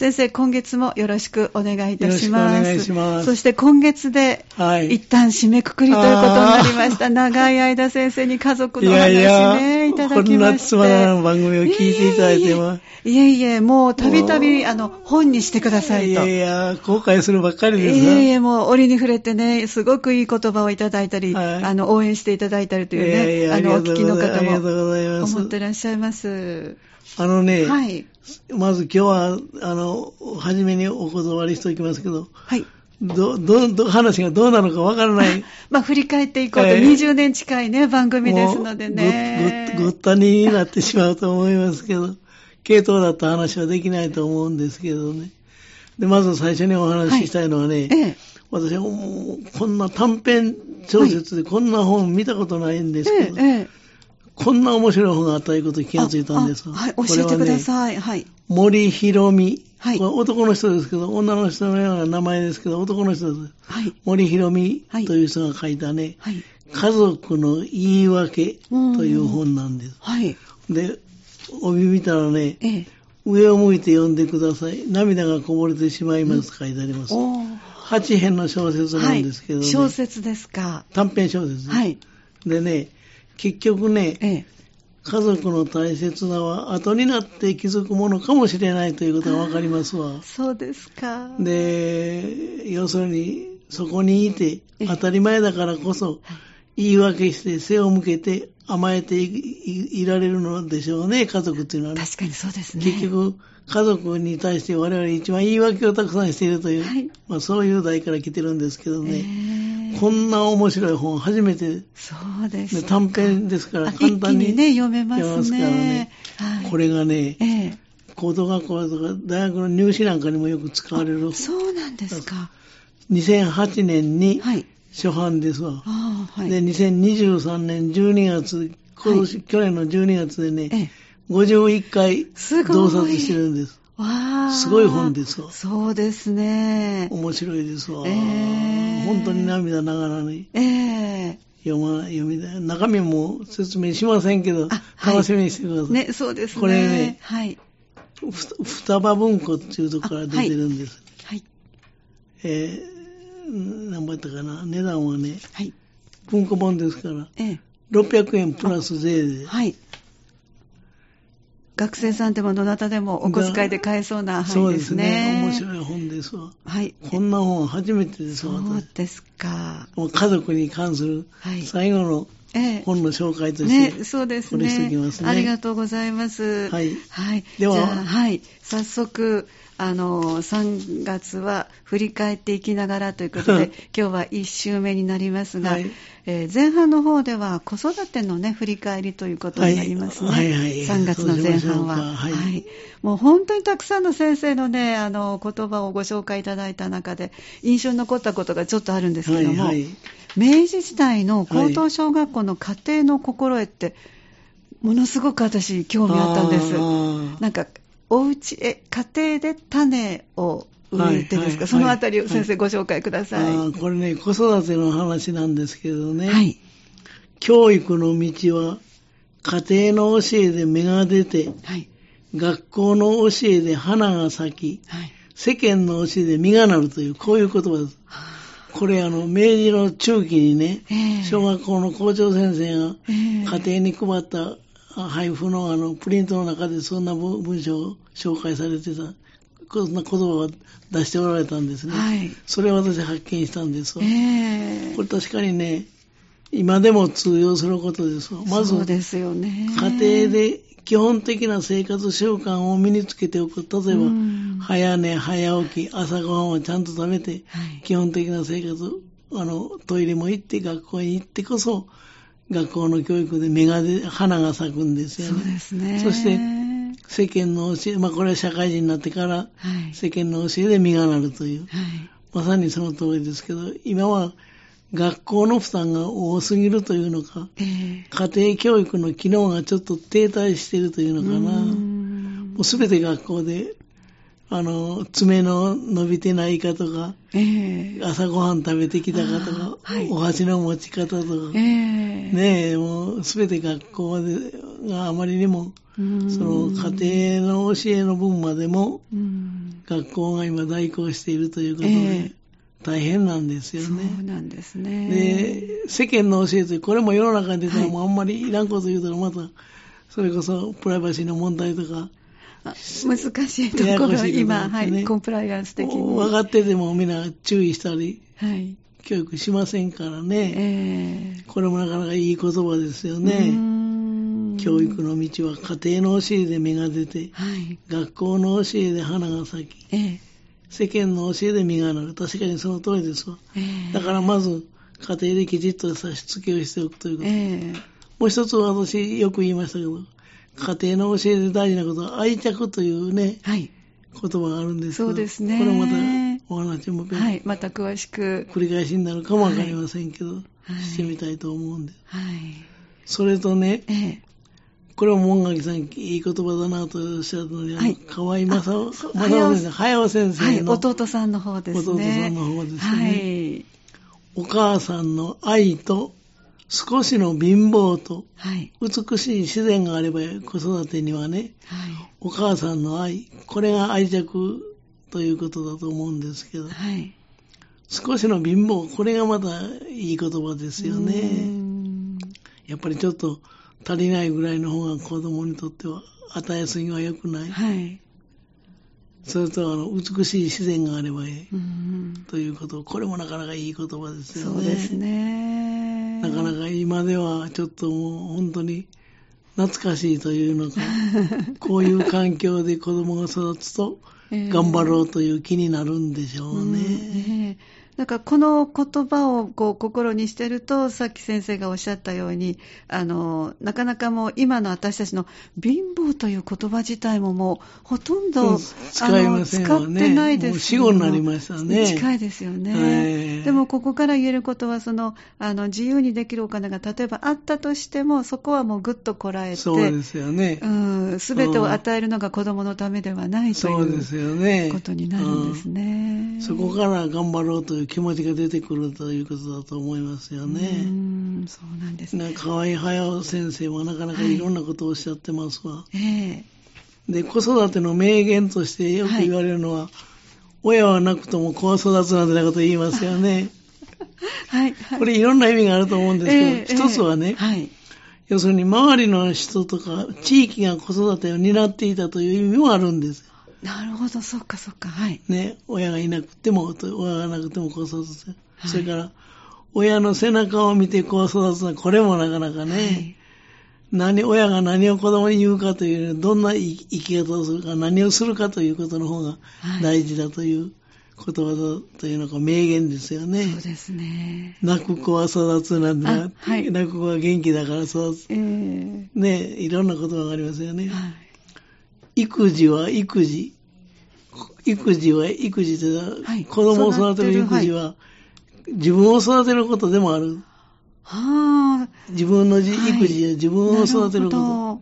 先生、今月もよろしくお願いいたします。 よろしくお願いします。 そして今月で、一旦締めくくりということになりました。長い間先生に家族のお話ね、いただきまして。 こんなつまらない番組を聞いていただいてます。 いえいえ、もうたびたび本にしてくださいと。 後悔するばっかりですね。いえ、もう折に触れてね、すごくいい言葉をいただいたり、応援していただいたりというね、お聞きの方も思ってらっしゃいます。 まず今日は、初めにお断りしておきますけど、話がどうなのかわからない。 振り返っていこうと、20年近いね、番組ですのでね。 ごったになってしまうと思いますけど、系統だった話はできないと思うんですけどね。で、まず最初にお話ししたいのはね、私はもうこんな短編小説でこんな本見たことないんですけど、こんな面白い本があったということに気がついたんです。 教えてください。 森博美。これ男の人ですけど、女の人のような名前ですけど、男の人です。森博美という人が書いたね、家族の言い訳という本なんです。で、帯見たらね、上を向いて読んでください。涙がこぼれてしまいます書いてあります。8編の小説なんですけどね。 小説ですか。 短編小説。でね、結局ね、家族の大切なは後になって気づくものかもしれないということがわかりますわ。 そうですか。 で、要するにそこにいて当たり前だからこそ言い訳して背を向けて甘えて いられるのでしょうね、家族っていうのはね。 確かにそうですね。 結局家族に対して我々一番言い訳をたくさんしているという、そういう代から来てるんですけどね。こんな面白い本初めて。 そうですね。 短編ですから簡単に一気にね、読めますね。 これがね、高等学校とか大学の入試なんかにもよく使われる。 そうなんですか。 2008年に初版ですわ。で、2023年12月、去年の12月でね、51回洞察してるんです。すごい本ですわ。 そうですね。 面白いですわ。本当に涙ながらね。読みたい。中身も説明しませんけど、楽しみにしてください。 ね、そうですね。 これね、双葉文庫っていうところから出てるんです。何倍やったかな。値段はね、文庫本ですから、600円プラス税で。 学生さんでもどなたでもお小遣いで買えそうな範囲ですね。 そうですね。面白い本ですわ。こんな本初めてですわ。 そうですか。 家族に関する最後の本の紹介として、 そうですね。 これしておきますね。 ありがとうございます。 では、 早速、3月は振り返っていきながらということで、今日は1週目になりますが、前半の方では子育てのね、振り返りということになりますね。3月の前半は。もう本当にたくさんの先生のね、言葉をご紹介いただいた中で、印象に残ったことがちょっとあるんですけども、明治時代の高等小学校の家庭の心得って、ものすごく私、興味あったんです。なんかお家家庭で種を植えてですか、そのあたりを先生ご紹介ください。 これね、子育ての話なんですけどね、教育の道は家庭の教えで芽が出て、学校の教えで花が咲き、世間の教えで実がなるという、こういう言葉です。これ明治の中期にね、小学校の校長先生が家庭に配った配布のプリントの中でそんな文章を紹介されてた、こんな言葉を出しておられたんですね。それを私発見したんですわ。これ確かにね、今でも通用することですわ。まず、 そうですよね。 家庭で基本的な生活習慣を身につけておく。例えば、早寝早起き、朝ごはんをちゃんと食べて、基本的な生活、トイレも行って学校に行ってこそ、学校の教育で花が咲くんですよね。 そうですね。 そして、世間の教え、これは社会人になってから、世間の教えで実がなるという、まさにその通りですけど、今は学校の負担が多すぎるというのか、家庭教育の機能がちょっと停滞しているというのかな。もうすべて学校で、爪の伸びてないかとか、朝ごはん食べてきたかとか、お箸の持ち方とか、ねえ、もうすべて学校があまりにも、その家庭の教えの分までも、 学校が今代行しているということで、大変なんですよね。 そうなんですね。 で、世間の教えという、これも世の中に出たらもうあんまりいらんこと言うたらまた、それこそプライバシーの問題とか、 難しいところ、今、コンプライアンス的に。 分かっててもみんな注意したり、教育しませんからね。これもなかなかいい言葉ですよね。教育の道は家庭の教えで芽が出て、学校の教えで花が咲き、世間の教えで実がなる。確かにその通りですわ。だからまず家庭できちっと差し付けをしておくということ。もう一つ私よく言いましたけど、家庭の教えで大事なことは愛着というね、言葉があるんですけど、 そうですね。 これまたお話もまた詳しく繰り返しになるかもわかりませんけど、してみたいと思うんで。それとね、これも門垣さんいい言葉だなとおっしゃるのに、河合正夫先生の、 弟さんの方ですね。 弟さんの方ですね。お母さんの愛と少しの貧乏と、美しい自然があれば子育てにはね、お母さんの愛、これが愛着ということだと思うんですけど、少しの貧乏、これがまたいい言葉ですよね。やっぱりちょっと足りないぐらいの方が子供にとっては与えすぎは良くない。それと美しい自然があればいい、ということ、これもなかなかいい言葉ですよね。 そうですね。 なかなか今ではちょっともう本当に懐かしいというのか、こういう環境で子供が育つと頑張ろうという気になるんでしょうね。 だからこの言葉を心にしてると、さっき先生がおっしゃったように、なかなかもう今の私たちの貧乏という言葉自体ももうほとんど、 使いませんよね。 使ってないです。 もう死語になりましたね。 近いですよね。でもここから言えることは、自由にできるお金が例えばあったとしても、そこはもうぐっとこらえて、 そうですよね。 すべてを与えるのが子供のためではないということになるんですね。 そこから頑張ろうという気持ちが出てくるということだと思いますよね。 そうなんですね。 河合隼先生もなかなかいろんなことをおっしゃってますわ。で、子育ての名言としてよく言われるのは、親はなくとも子は育つなんてなこと言いますよね。これいろんな意味があると思うんですけど、一つはね、要するに周りの人とか地域が子育てを担っていたという意味もあるんです。 なるほど、そっかそっか。 ね、親がいなくても、親がなくても子育て。それから、親の背中を見て子を育つのは、これもなかなかね、親が何を子供に言うかという、どんな生き方をするか、何をするかということの方が大事だという言葉だというのが名言ですよね。 そうですね。 泣く子は育つなんて、泣く子は元気だから育つ。ね、いろんな言葉がありますよね。育児は育児。育児は育児で、子供を育てる育児は、自分を育てることでもある。自分の育児は自分を育てること。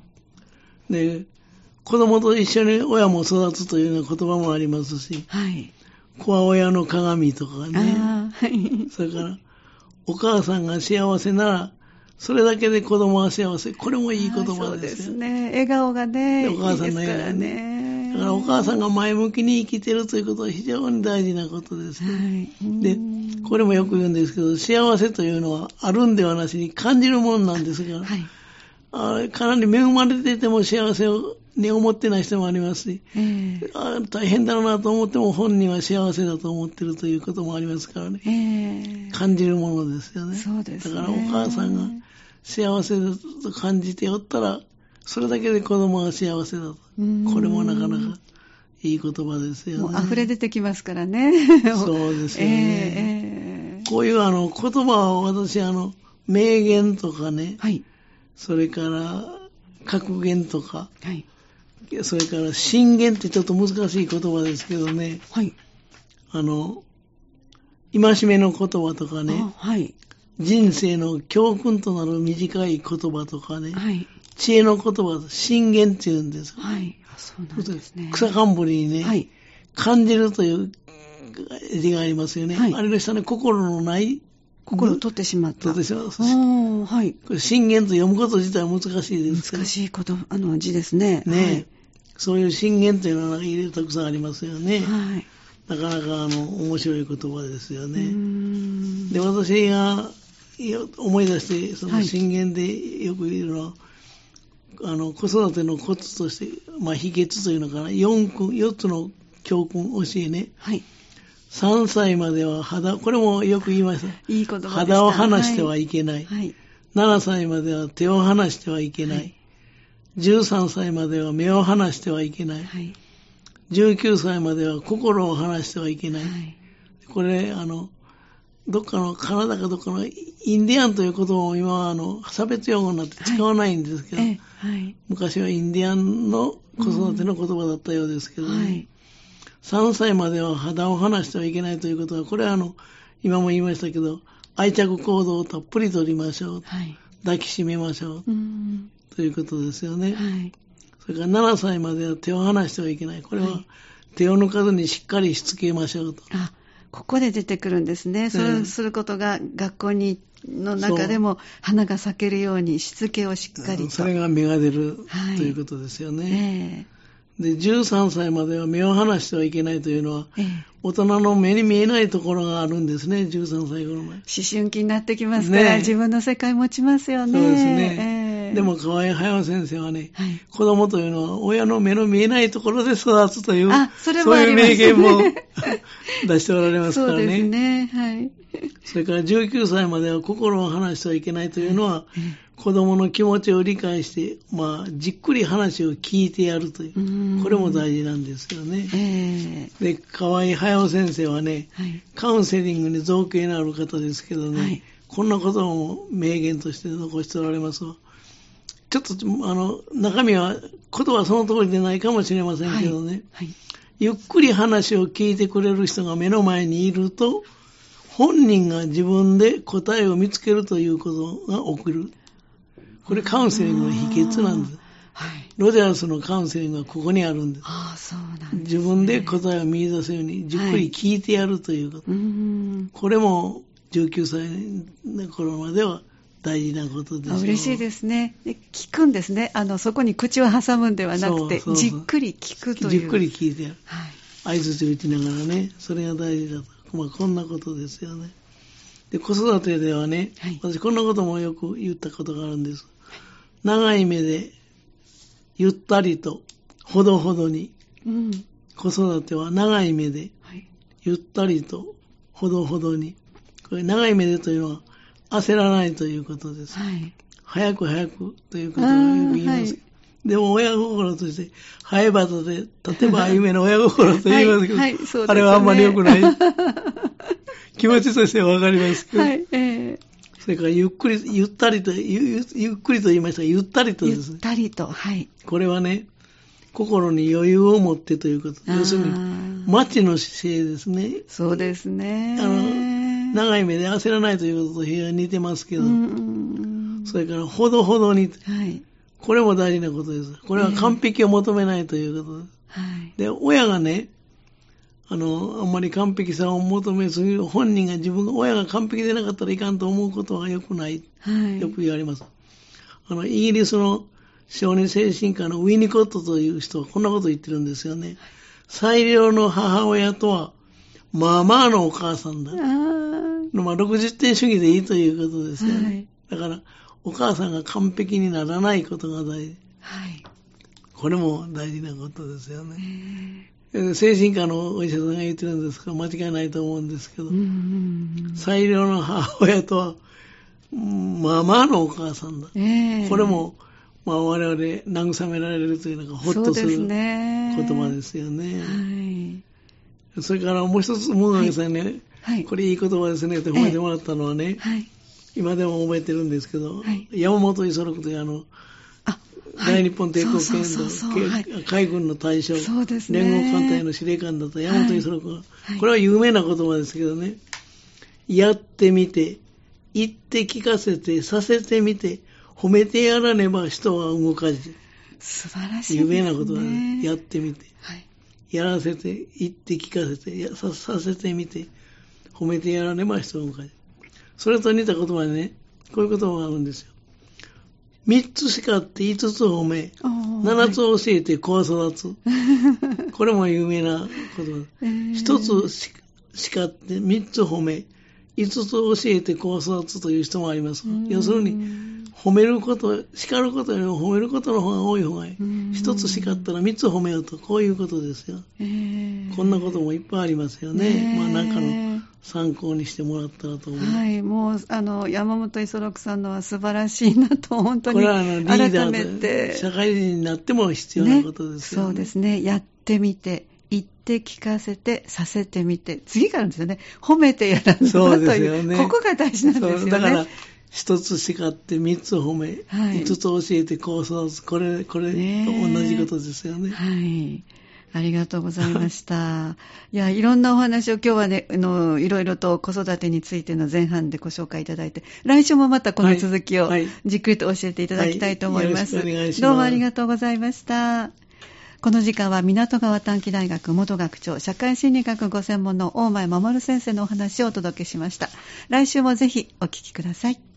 で、子供と一緒に親も育つというような言葉もありますし、子は親の鏡とかね。それから、お母さんが幸せなら、それだけで子供は幸せ。これもいい言葉ですよ。そうですね。笑顔がね、 お母さんの笑顔ね。だからお母さんが前向きに生きてるということは非常に大事なことです。で、これもよく言うんですけど、幸せというのはあるんではなしに感じるものなんですが、かなり恵まれていても幸せに思ってない人もありますし、大変だろうなと思っても本人は幸せだと思っているということもありますからね。感じるものですよね。 そうですね。 だからお母さんが幸せだと感じておったら、それだけで子供が幸せだと。これもなかなかいい言葉ですよね。 もう溢れ出てきますからね。 そうですよね。こういう言葉を私、名言とかね、それから格言とか、それから箴言ってちょっと難しい言葉ですけどね、戒めの言葉とかね、人生の教訓となる短い言葉とかね、知恵の言葉、箴言って言うんです。 そうなんですね。 草冠にね、感じるという字がありますよね。あれの下に心のない、 心を取ってしまった。 取ってしまった。これ箴言と読むこと自体は難しいです。 難しい字ですね。 そういう信玄というのはたくさんありますよね。 はい、 なかなか面白い言葉ですよね。で、私が思い出して、その信玄でよく言うのは、子育てのコツとして、秘訣というのかな、4つの教訓、教えね。 はい。 3歳まではこれもよく言いました。 いい言葉でした。 肌を離してはいけない。 はい。 7歳までは手を離してはいけない。はい、13歳までは目を離してはいけない。はい、19歳までは心を離してはいけない。はい、これ、どっかのカナダかどっかのインディアンという言葉も今は差別用語になって使わないんですけど、はいはい、昔はインディアンの子育ての言葉だったようですけどね、はい、3歳までは肌を離してはいけないということは、これは今も言いましたけど、愛着行動をたっぷり取りましょう、はい、抱きしめましょう、ということですよね、はい、それから7歳までは手を離してはいけない。これは手を抜かずにしっかりしつけましょうと。 ここで出てくるんですね。そうすることが学校の中でも花が咲けるようにしつけをしっかりと。 それが芽が出る、はい、ということですよね。で、13歳までは目を離してはいけないというのは、大人の目に見えないところがあるんですね、13歳頃まで。 思春期になってきますから、自分の世界持ちますよね。 そうですね。でも河合隼先生はね、子供というのは親の目の見えないところで育つという、そういう名言も出しておられますからね。そうですね。はい。それから19歳までは心を離してはいけないというのは、子供の気持ちを理解して、じっくり話を聞いてやるという、これも大事なんですよね。で、河合隼先生はね、カウンセリングに造詣のある方ですけどね、こんなことも名言として残しておられますわ。ちょっと中身はことはその通りでないかもしれませんけどね、ゆっくり話を聞いてくれる人が目の前にいると、本人が自分で答えを見つけるということが起きる。これカウンセリングの秘訣なんです。ロジャースのカウンセリングはここにあるんです。 そうなんですね。 自分で答えを見出すようにじっくり聞いてやるということ。これも19歳の頃までは大事なことですよ。 嬉しいですね。聞くんですね。そこに口を挟むんではなくて、じっくり聞くという。 じっくり聞いてやる。相槌を打ちながらね、それが大事だと。こんなことですよね。で、子育てではね、私こんなこともよく言ったことがあるんです。長い目で、ゆったりと、ほどほどに。子育ては長い目で、ゆったりと、ほどほどに。これ長い目でというのは、焦らないということです。早く早くということをよく言います。でも親心として、ハエバタで、例えばあゆめの親心と言いますけど、あれはあんまり良くない。気持ちとしてはわかりますけど、それからゆったりと、ゆっくりと言いましたが、ゆったりとですね。 ゆったりと、 これはね、心に余裕を持ってということ。要するに、待ちの姿勢ですね。 そうですね。 長い目で焦らないということと非常に似てますけど、それからほどほどに、これも大事なことです。これは完璧を求めないということです。で、親がね、あんまり完璧さを求めすぎる、本人が親が完璧でなかったらいかんと思うことは良くない。よく言われます。イギリスの小児精神科のウィニコットという人はこんなことを言ってるんですよね。最良の母親とは、まあまあのお母さんだ。60点主義でいいということですよね。だから、お母さんが完璧にならないことが大事。これも大事なことですよね。精神科のお医者さんが言ってるんですから間違いないと思うんですけど、最良の母親とは、まあまあのお母さんだ。これも、我々慰められるというのがほっとする言葉ですよね。それからもう一つ、もがげさんね、これいい言葉ですねって褒めてもらったのはね、今でも覚えてるんですけど、山本五十六という大日本帝国憲法、海軍の大将、連合艦隊の司令官だった山本五十六が、これは有名な言葉ですけどね、やってみて、言って聞かせて、させてみて、褒めてやらねば人は動かず。 素晴らしいですね。 有名な言葉です。やってみて。やらせて、言って聞かせて、させてみて、褒めてやらねば人は動かず。それと似た言葉でね、こういう言葉があるんですよ。 3つ叱って5つ褒め、7つ教えてこう育つ。これも有名なこと。1つ叱って3つ褒め、5つ教えてこう育つという人もあります。要するに、褒めること、叱ることよりも褒めることの方が多い方がいい。1つ叱ったら3つ褒めようと、こういうことですよ。こんなこともいっぱいありますよね。まあなんかの参考にしてもらったらと思う。 はい、もう山本五十六さんのは素晴らしいなと本当に改めて。これはリーダーで社会人になっても必要なことですよね。 そうですね。やってみて。言って聞かせてさせてみて次からですよね。褒めてやらんだという、ね、ここが大事なんですよね。 だから一つ叱って三つ褒め、五つ教えてこう育つ、これと同じことですよね。 はい。ありがとうございました。いや、いろんなお話を今日はね、いろいろと子育てについての前半でご紹介いただいて、来週もまたこの続きをじっくりと教えていただきたいと思います。 よろしくお願いします。 どうもありがとうございました。この時間は港川短期大学元学長社会心理学ご専門の大前守先生のお話をお届けしました。来週もぜひお聞きください。